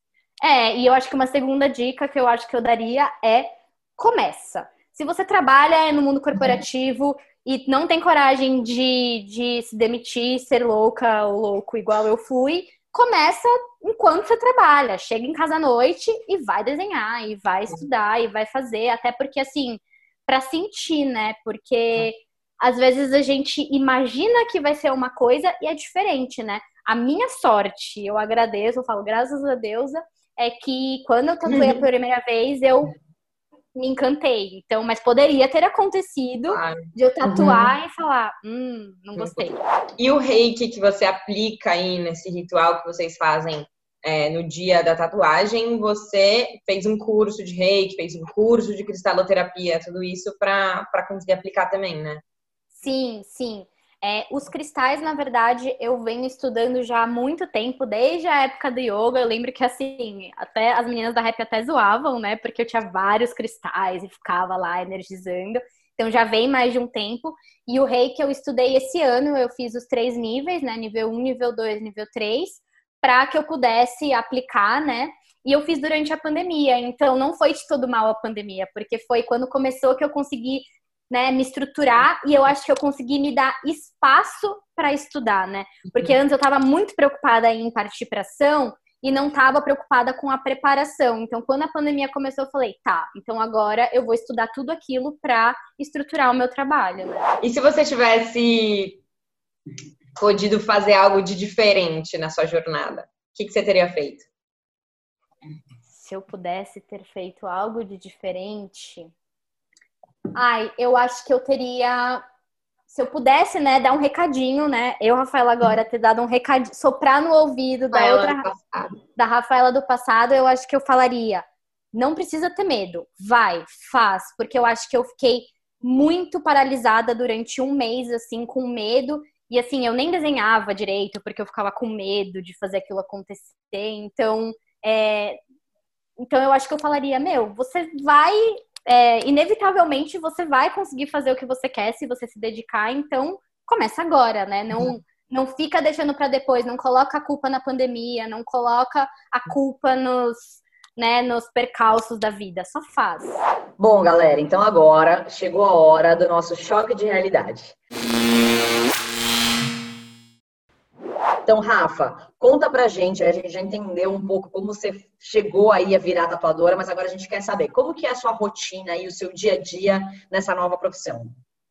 É, e eu acho que uma segunda dica que eu acho que eu daria é começa. Se você trabalha no mundo corporativo e não tem coragem de, de se demitir, ser louca ou louco igual eu fui, começa enquanto você trabalha, chega em casa à noite e vai desenhar, e vai estudar, e vai fazer, até porque, assim, pra sentir, né, porque às vezes a gente imagina que vai ser uma coisa e é diferente, né, a minha sorte, eu agradeço, eu falo graças a Deus, é que quando eu tatuei a primeira vez, eu me encantei, então, mas poderia ter acontecido claro. De eu tatuar uhum. e falar, hum, não gostei. E o reiki que você aplica aí nesse ritual que vocês fazem é, no dia da tatuagem, você fez um curso de reiki, fez um curso de cristaloterapia, tudo isso para conseguir aplicar também, né? Sim, sim. É, os cristais, na verdade, eu venho estudando já há muito tempo, desde a época do yoga. Eu lembro que, assim, até as meninas da rap até zoavam, né? Porque eu tinha vários cristais e ficava lá energizando. Então, já vem mais de um tempo. E o reiki eu estudei esse ano, eu fiz os três níveis, né? Nível um, nível dois, nível três, para que eu pudesse aplicar, né? E eu fiz durante a pandemia. Então, não foi de todo mal a pandemia, porque foi quando começou que eu consegui... né, me estruturar, e eu acho que eu consegui me dar espaço para estudar, né? Porque antes eu estava muito preocupada em partir para ação, e não estava preocupada com a preparação. Então, quando a pandemia começou, eu falei, tá, então agora eu vou estudar tudo aquilo para estruturar o meu trabalho, né? E se você tivesse podido fazer algo de diferente na sua jornada, o que, que você teria feito? Se eu pudesse ter feito algo de diferente... Ai, eu acho que eu teria... Se eu pudesse, né, dar um recadinho, né? Eu, Rafaela, agora, ter dado um recadinho, soprar no ouvido da Rafaela outra... do passado. Da Rafaela do passado, eu acho que eu falaria, não precisa ter medo, vai, faz. Porque eu acho que eu fiquei muito paralisada durante um mês, assim, com medo. E, assim, eu nem desenhava direito, porque eu ficava com medo de fazer aquilo acontecer. Então, é... então eu acho que eu falaria, meu, você vai... É, inevitavelmente você vai conseguir fazer o que você quer se você se dedicar, então começa agora, né? Não, não fica deixando para depois, não coloca a culpa na pandemia, não coloca a culpa nos, né, nos percalços da vida, só faz. Bom, galera, então agora chegou a hora do nosso choque de realidade. Então, Rafa, conta pra gente, a gente já entendeu um pouco como você chegou aí a virar tatuadora, mas agora a gente quer saber como que é a sua rotina e o seu dia a dia nessa nova profissão.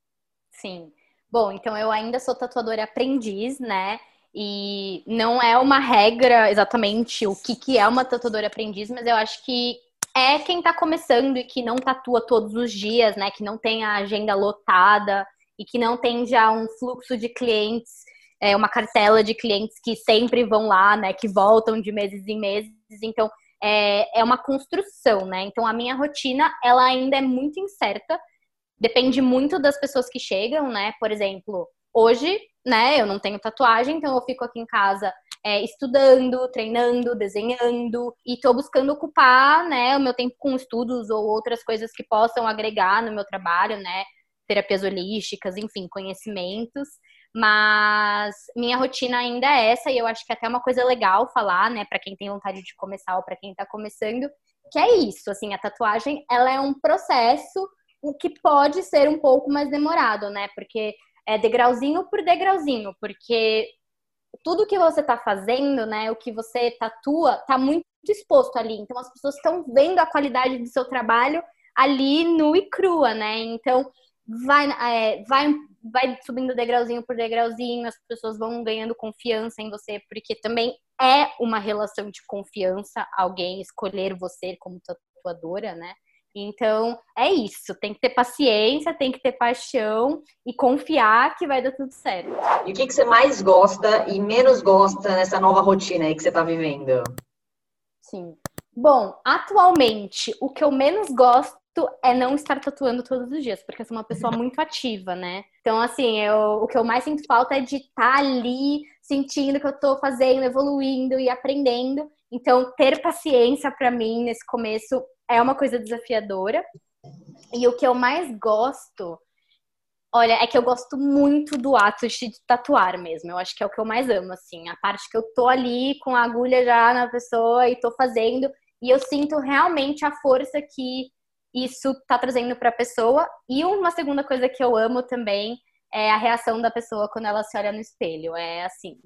Sim. Bom, então eu ainda sou tatuadora aprendiz, né? E não é uma regra exatamente o que, que é uma tatuadora aprendiz, mas eu acho que é quem tá começando e que não tatua todos os dias, né? Que não tem a agenda lotada e que não tem já um fluxo de clientes, é, uma cartela de clientes que sempre vão lá, né? Que voltam de meses em meses. Então, é, é uma construção, né? Então, a minha rotina, ela ainda é muito incerta. Depende muito das pessoas que chegam, né? Por exemplo, hoje, né? Eu não tenho tatuagem, então eu fico aqui em casa é, estudando, treinando, desenhando e tô buscando ocupar, né, o meu tempo com estudos ou outras coisas que possam agregar no meu trabalho, né? Terapias holísticas, enfim, conhecimentos. Mas minha rotina ainda é essa, e eu acho que é até uma coisa legal falar, né, para quem tem vontade de começar ou para quem tá começando, que é isso, assim, a tatuagem, ela é um processo, o que pode ser um pouco mais demorado, né, porque é degrauzinho por degrauzinho, porque tudo que você tá fazendo, né, o que você tatua, tá muito exposto ali, então as pessoas estão vendo a qualidade do seu trabalho ali nua e crua, né, então vai, é, vai, vai subindo degrauzinho por degrauzinho, as pessoas vão ganhando confiança em você, porque também é uma relação de confiança alguém escolher você como tatuadora, né? Então, é isso. Tem que ter paciência, tem que ter paixão e confiar que vai dar tudo certo. E o que, que você mais gosta e menos gosta nessa nova rotina aí que você tá vivendo? Sim. Bom, atualmente, o que eu menos gosto é não estar tatuando todos os dias, porque eu sou uma pessoa muito ativa, né? Então, assim, eu, o que eu mais sinto falta é de estar ali, sentindo que eu tô fazendo, evoluindo e aprendendo. Então, ter paciência pra mim nesse começo é uma coisa desafiadora. E o que eu mais gosto, olha, é que eu gosto muito do ato de tatuar mesmo. Eu acho que é o que eu mais amo, assim. A parte que eu tô ali com a agulha já na pessoa e tô fazendo. E eu sinto realmente a força que isso tá trazendo pra pessoa. E uma segunda coisa que eu amo também é a reação da pessoa quando ela se olha no espelho. É assim.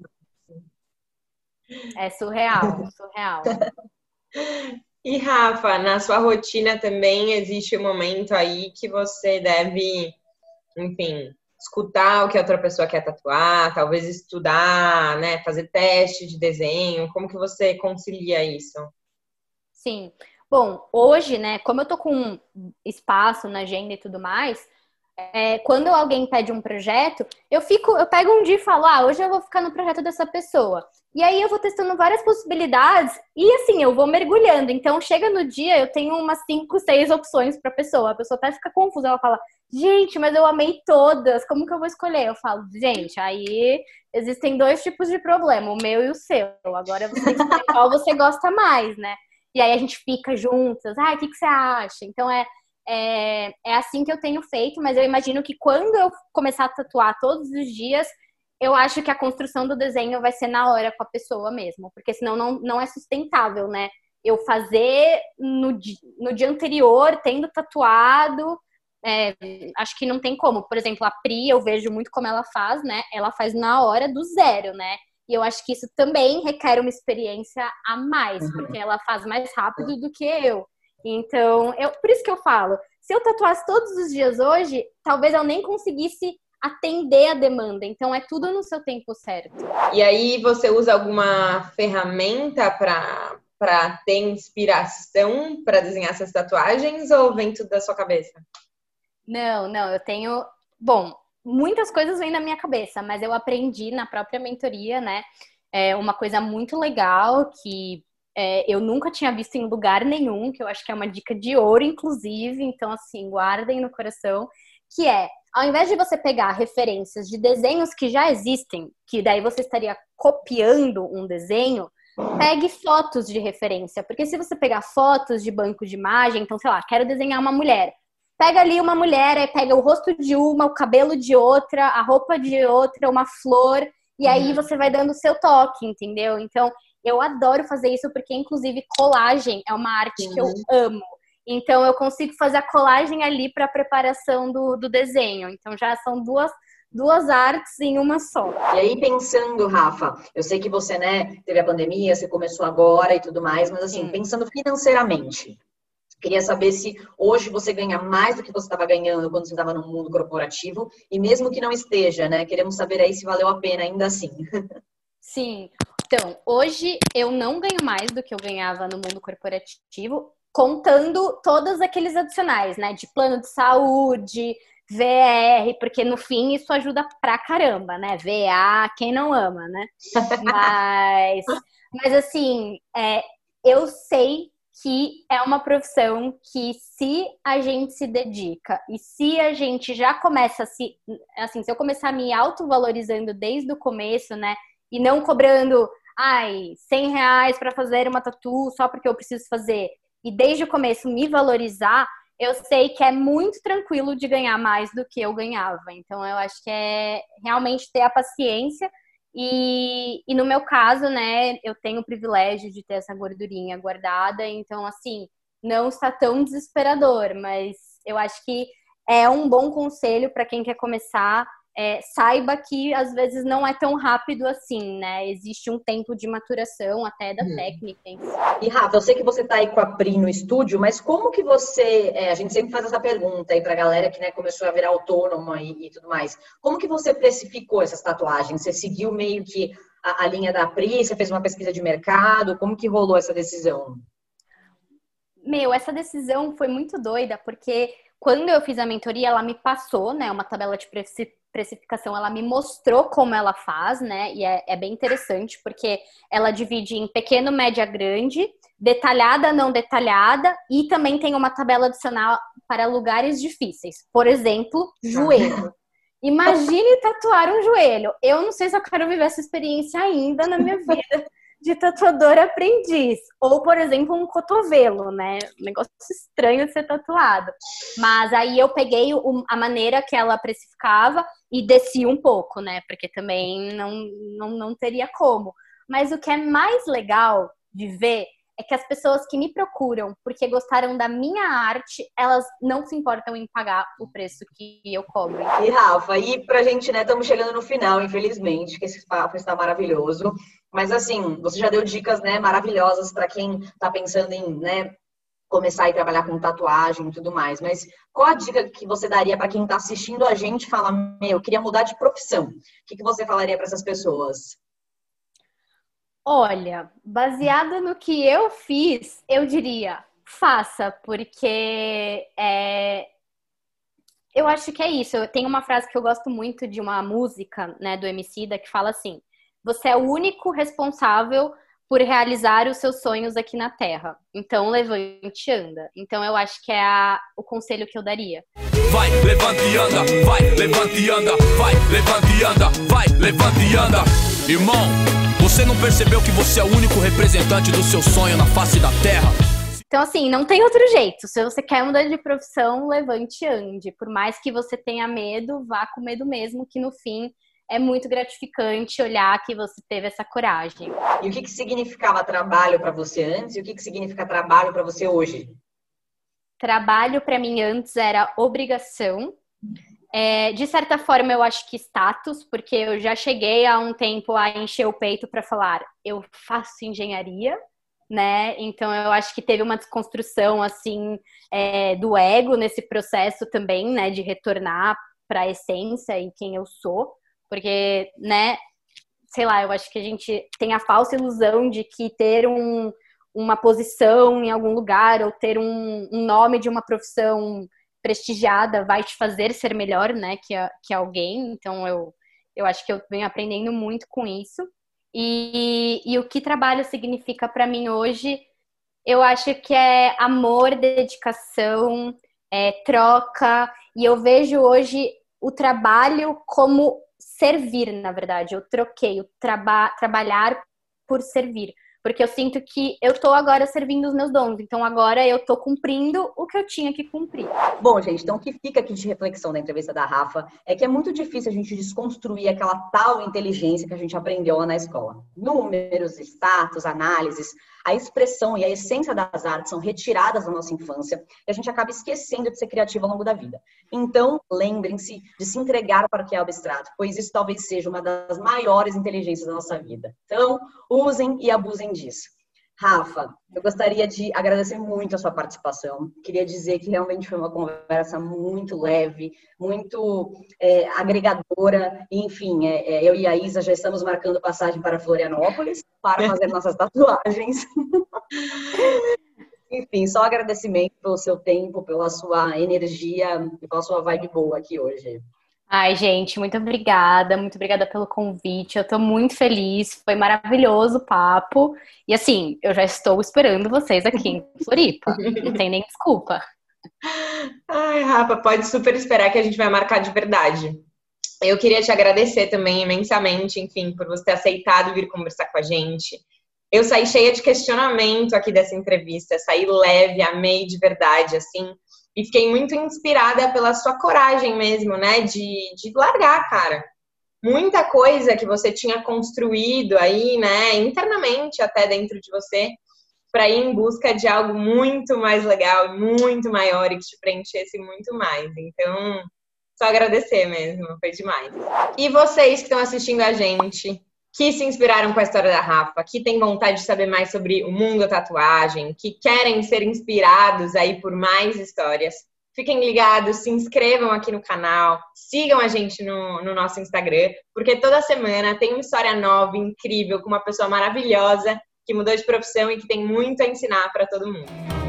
É surreal, surreal. E Rafa, na sua rotina também existe um momento aí que você deve, enfim, escutar o que a outra pessoa quer tatuar, talvez estudar, né, fazer teste de desenho. Como que você concilia isso? Sim. Bom, hoje, né, como eu tô com espaço na agenda e tudo mais, é, quando alguém pede um projeto, eu fico, eu pego um dia e falo, ah, hoje eu vou ficar no projeto dessa pessoa. E aí eu vou testando várias possibilidades e assim, eu vou mergulhando. Então, chega no dia, eu tenho umas cinco, seis opções pra pessoa. A pessoa até fica confusa, ela fala, gente, mas eu amei todas, como que eu vou escolher? Eu falo, gente, aí existem dois tipos de problema, o meu e o seu. Agora você tem que escolher qual você gosta mais, né? E aí a gente fica juntas, ah, o que, que você acha? Então é, é, é assim que eu tenho feito, mas eu imagino que quando eu começar a tatuar todos os dias, eu acho que a construção do desenho vai ser na hora com a pessoa mesmo, porque senão não, não é sustentável, né? Eu fazer no, no dia anterior, tendo tatuado, é, acho que não tem como. Por exemplo, a Pri, eu vejo muito como ela faz, né? Ela faz na hora do zero, né? E eu acho que isso também requer uma experiência a mais, Uhum. porque ela faz mais rápido do que eu. Então, eu, por isso que eu falo, se eu tatuasse todos os dias hoje, talvez eu nem conseguisse atender a demanda. Então, é tudo no seu tempo certo. E aí, você usa alguma ferramenta para para ter inspiração para desenhar essas tatuagens ou vem tudo da sua cabeça? Não, não, eu tenho... Bom, muitas coisas vêm na minha cabeça, mas eu aprendi na própria mentoria, né? É uma coisa muito legal que é, eu nunca tinha visto em lugar nenhum, que eu acho que é uma dica de ouro, inclusive. Então, assim, guardem no coração, que é, ao invés de você pegar referências de desenhos que já existem, que daí você estaria copiando um desenho, pegue fotos de referência. Porque se você pegar fotos de banco de imagem, então, sei lá, quero desenhar uma mulher. Pega ali uma mulher, aí pega o rosto de uma, o cabelo de outra, a roupa de outra, uma flor, e aí você vai dando o seu toque, entendeu? Então, eu adoro fazer isso porque, inclusive, colagem é uma arte que eu amo. Então, eu consigo fazer a colagem ali para a preparação do, do desenho. Então, já são duas, duas artes em uma só. E aí, pensando, Rafa, eu sei que você, né, teve a pandemia, você começou agora e tudo mais, mas assim, Sim. pensando financeiramente, queria saber se hoje você ganha mais do que você estava ganhando quando você estava no mundo corporativo, e mesmo que não esteja, né, queremos saber aí se valeu a pena ainda assim. Sim. Então, hoje eu não ganho mais do que eu ganhava no mundo corporativo, contando todos aqueles adicionais, né? De plano de saúde, V R, porque no fim isso ajuda pra caramba, né? V A, quem não ama, né? Mas, mas assim, é, eu sei que é uma profissão que se a gente se dedica e se a gente já começa a se... Assim, se eu começar me autovalorizando desde o começo, né? E não cobrando, ai, cem reais para fazer uma tatu só porque eu preciso fazer. E desde o começo me valorizar, eu sei que é muito tranquilo de ganhar mais do que eu ganhava. Então, eu acho que é realmente ter a paciência. E, e no meu caso, né, eu tenho o privilégio de ter essa gordurinha guardada. Então, assim, não está tão desesperador. Mas eu acho que é um bom conselho para quem quer começar. É, saiba que às vezes não é tão rápido assim, né? Existe um tempo de maturação até da hum. técnica. E Rafa, eu sei que você tá aí com a Pri no estúdio, mas como que você, é, a gente sempre faz essa pergunta aí pra galera que, né, começou a virar autônoma e, e tudo mais, como que você precificou essas tatuagens? Você seguiu meio que a, a linha da Pri, você fez uma pesquisa de mercado, como que rolou essa decisão? Meu, essa decisão foi muito doida, porque quando eu fiz a mentoria, ela me passou, né, uma tabela de precificação, ela me mostrou como ela faz, né, e é, é bem interessante, porque ela divide em pequeno, média, grande, detalhada, não detalhada, e também tem uma tabela adicional para lugares difíceis. Por exemplo, joelho. Imagine tatuar um joelho. Eu não sei se eu quero viver essa experiência ainda na minha vida de tatuador aprendiz. Ou, por exemplo, um cotovelo, né? Um negócio estranho de ser tatuado. Mas aí eu peguei a maneira que ela precificava e desci um pouco, né? Porque também não, não, não teria como. Mas o que é mais legal de ver é que as pessoas que me procuram porque gostaram da minha arte, elas não se importam em pagar o preço que eu cobro. E Rafa, e pra gente, né, estamos chegando no final, infelizmente, que esse papo está maravilhoso. Mas assim, você já deu dicas, né, maravilhosas para quem tá pensando em, né, começar a trabalhar com tatuagem e tudo mais. Mas qual a dica que você daria para quem tá assistindo a gente e fala, meu, eu queria mudar de profissão? O que, que você falaria para essas pessoas? Olha, baseada no que eu fiz, eu diria, faça, porque é, eu acho que é isso. Eu tenho uma frase que eu gosto muito de uma música, né, do Emicida, que fala assim: você é o único responsável por realizar os seus sonhos aqui na Terra. Então, levante e anda. Então, eu acho que é a, o conselho que eu daria. Vai, levanta e anda, vai, levanta e anda, vai, levanta e anda, vai, levanta e anda. Irmão, você não percebeu que você é o único representante do seu sonho na face da Terra? Então, assim, não tem outro jeito. Se você quer mudar de profissão, levante e ande. Por mais que você tenha medo, vá com medo mesmo, que no fim é muito gratificante olhar que você teve essa coragem. E o que, que significava trabalho para você antes e o que, que significa trabalho para você hoje? Trabalho para mim antes era obrigação. É, de certa forma, eu acho que status, porque eu já cheguei há um tempo a encher o peito para falar, eu faço engenharia, né? Então, eu acho que teve uma desconstrução, assim, é, do ego nesse processo também, né? De retornar para a essência e quem eu sou, porque, né? Sei lá, eu acho que a gente tem a falsa ilusão de que ter um, uma posição em algum lugar ou ter um, um nome de uma profissão prestigiada vai te fazer ser melhor, né, que, a, que alguém. Então, eu, eu acho que eu venho aprendendo muito com isso. E, e o que trabalho significa para mim hoje, eu acho que é amor, dedicação, é, troca. E eu vejo hoje o trabalho como servir, na verdade. Eu troquei o traba- trabalhar por servir. Porque eu sinto que eu tô agora servindo os meus dons. Então agora eu tô cumprindo o que eu tinha que cumprir. Bom, gente, então o que fica aqui de reflexão da entrevista da Rafa é que é muito difícil a gente desconstruir aquela tal inteligência que a gente aprendeu lá na escola. Números, status, análises, a expressão e a essência das artes são retiradas da nossa infância e a gente acaba esquecendo de ser criativo ao longo da vida. Então, lembrem-se de se entregar para o que é abstrato, pois isso talvez seja uma das maiores inteligências da nossa vida. Então, usem e abusem disso. Rafa, eu gostaria de agradecer muito a sua participação. Queria dizer que realmente foi uma conversa muito leve, muito é, agregadora. Enfim, é, é, eu e a Isa já estamos marcando passagem para Florianópolis para fazer nossas tatuagens. Enfim, só agradecimento pelo seu tempo, pela sua energia e pela sua vibe boa aqui hoje. Ai, gente, muito obrigada, muito obrigada pelo convite. Eu tô muito feliz, foi maravilhoso o papo. E assim, eu já estou esperando vocês aqui em Floripa. Não tem nem desculpa. Ai, Rafa, pode super esperar que a gente vai marcar de verdade. Eu queria te agradecer também imensamente, enfim, por você ter aceitado vir conversar com a gente. Eu saí cheia de questionamento aqui dessa entrevista, saí leve, amei de verdade, assim. E fiquei muito inspirada pela sua coragem mesmo, né? De, de largar, cara. Muita coisa que você tinha construído aí, né? Internamente, até dentro de você, para ir em busca de algo muito mais legal, muito maior e que te preenchesse muito mais. Então, só agradecer mesmo, foi demais. E vocês que estão assistindo a gente, que se inspiraram com a história da Rafa, que têm vontade de saber mais sobre o mundo da tatuagem, que querem ser inspirados aí por mais histórias, fiquem ligados, se inscrevam aqui no canal, sigam a gente no, no nosso Instagram, porque toda semana tem uma história nova, incrível, com uma pessoa maravilhosa, que mudou de profissão e que tem muito a ensinar para todo mundo.